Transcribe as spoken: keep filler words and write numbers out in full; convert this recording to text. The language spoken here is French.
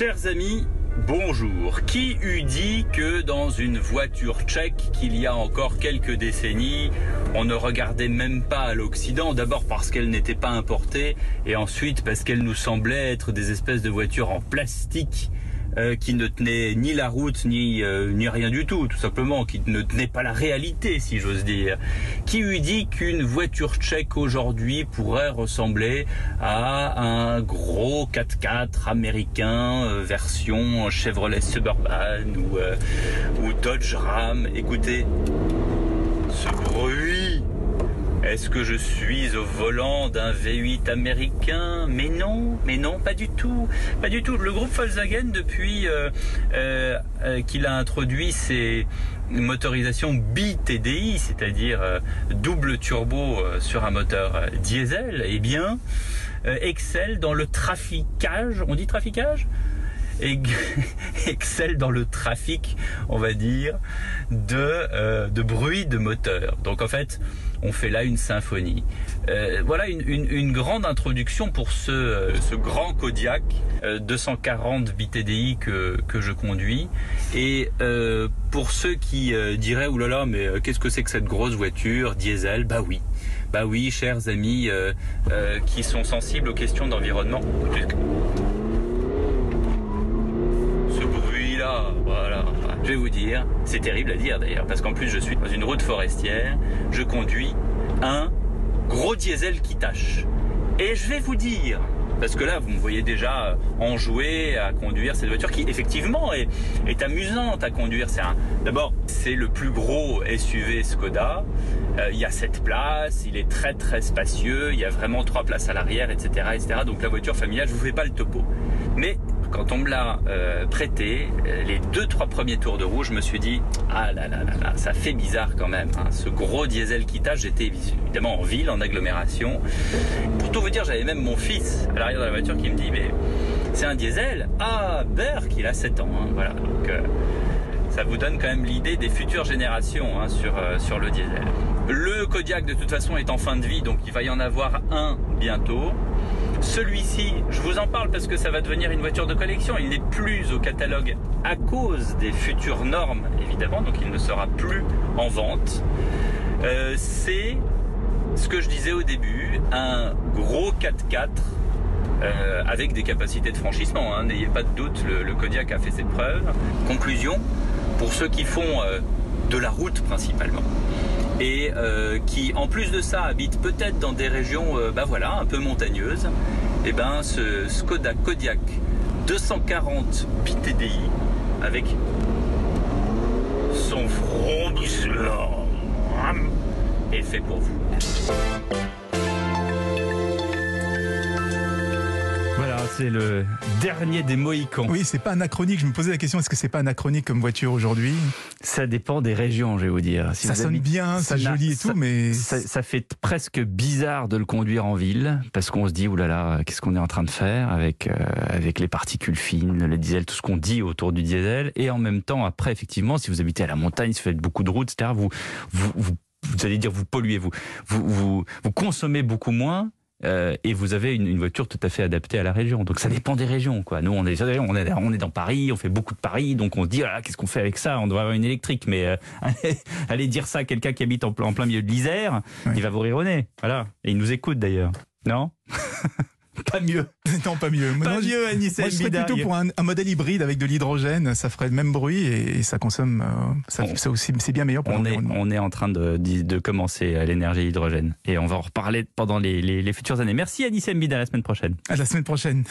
Chers amis, bonjour. Qui eût dit que dans une voiture tchèque, qu'il y a encore quelques décennies, on ne regardait même pas à l'Occident, d'abord parce qu'elle n'était pas importée, et ensuite parce qu'elle nous semblait être des espèces de voitures en plastique euh, qui ne tenaient ni la route, ni, euh, ni rien du tout, tout simplement, qui ne tenaient pas la réalité, si j'ose dire. Qui eût dit qu'une voiture tchèque aujourd'hui pourrait ressembler à un gros quatre-quatre américain euh, version Chevrolet Suburban ou, euh, ou Dodge Ram. Écoutez, ce bruit. Est-ce que je suis au volant d'un V huit américain? Mais non, mais non, pas du tout, pas du tout. Le groupe Volkswagen, depuis euh, euh, euh, qu'il a introduit ses motorisations bi-T D I, c'est-à-dire euh, double turbo euh, sur un moteur euh, diesel, eh bien, euh, excelle dans le traficage. On dit traficage ? Et excelle dans le trafic, on va dire, de, euh, de bruit de moteur. Donc en fait, on fait là une symphonie. Euh, voilà une, une, une grande introduction pour ce, euh, ce grand Kodiaq euh, deux cent quarante bi-T D I que, que je conduis. Et euh, pour ceux qui euh, diraient « Ouh là là, mais euh, qu'est-ce que c'est que cette grosse voiture diesel ?» Bah oui, bah oui, chers amis euh, euh, qui sont sensibles aux questions d'environnement. Voilà, je vais vous dire, c'est terrible à dire d'ailleurs, parce qu'en plus je suis dans une route forestière, je conduis un gros diesel qui tâche. Et je vais vous dire, parce que là vous me voyez déjà enjoué à conduire cette voiture qui effectivement est, est amusante à conduire. C'est un, d'abord, c'est le plus gros S U V Skoda, euh, il y a sept places, il est très très spacieux, il y a vraiment trois places à l'arrière, et cetera, et cetera. Donc la voiture familiale, je vous fais pas le topo. Mais quand on me l'a euh, prêté, les deux trois premiers tours de roue, je me suis dit ah là là là là, ça fait bizarre quand même. Hein, ce gros diesel qui tâche. J'étais évidemment en ville, en agglomération. Pour tout vous dire, j'avais même mon fils à l'arrière de la voiture qui me dit mais c'est un diesel. Ah Burke, il a sept ans. Hein, voilà. Donc euh, ça vous donne quand même l'idée des futures générations hein, sur euh, sur le diesel. Le Kodiaq de toute façon est en fin de vie, donc il va y en avoir un bientôt. Celui-ci, je vous en parle parce que ça va devenir une voiture de collection. Il n'est plus au catalogue à cause des futures normes, évidemment, donc il ne sera plus en vente. Euh, c'est ce que je disais au début, un gros quatre-quatre euh, avec des capacités de franchissement. Hein. N'ayez pas de doute, le, le Kodiaq a fait ses preuves. Conclusion, pour ceux qui font euh, de la route principalement, et euh, qui en plus de ça habitent peut-être dans des régions euh, bah voilà, un peu montagneuses, et ben ce Skoda Kodiaq deux cent quarante bi-T D I avec son frondissement est fait pour vous. Voilà, c'est le dernier des Mohicans. Oui, c'est pas anachronique. Je me posais la question, est-ce que c'est pas anachronique comme voiture aujourd'hui? Ça dépend des régions, je vais vous dire. Si ça vous sonne habitez... bien, ça joli et ça, tout, mais... Ça, ça fait presque bizarre de le conduire en ville, parce qu'on se dit, oulala, qu'est-ce qu'on est en train de faire avec, euh, avec les particules fines, le diesel, tout ce qu'on dit autour du diesel. Et en même temps, après, effectivement, si vous habitez à la montagne, si vous faites beaucoup de routes, et cetera, vous, vous, vous, vous allez dire, vous polluez, vous, vous, vous, vous consommez beaucoup moins. Euh, et vous avez une, une voiture tout à fait adaptée à la région. Donc ça dépend des régions, quoi. Nous, on est, on est, on est dans Paris, on fait beaucoup de Paris, donc on se dit, ah, qu'est-ce qu'on fait avec ça? On doit avoir une électrique. Mais euh, allez, allez dire ça à quelqu'un qui habite en, en plein milieu de l'Isère, oui. Il va vous rire au nez. Voilà. Et il nous écoute d'ailleurs. Non? Pas mieux. Non, pas mieux. Pas non, mieux, Anis Moi, je serais plutôt pour un, un modèle hybride avec de l'hydrogène. Ça ferait le même bruit et, et ça consomme. Euh, ça, on, ça aussi, c'est bien meilleur pour on l'environnement. Est, on est en train de, de commencer à l'énergie hydrogène et on va en reparler pendant les, les, les futures années. Merci Anis Mbida, à la semaine prochaine. À la semaine prochaine.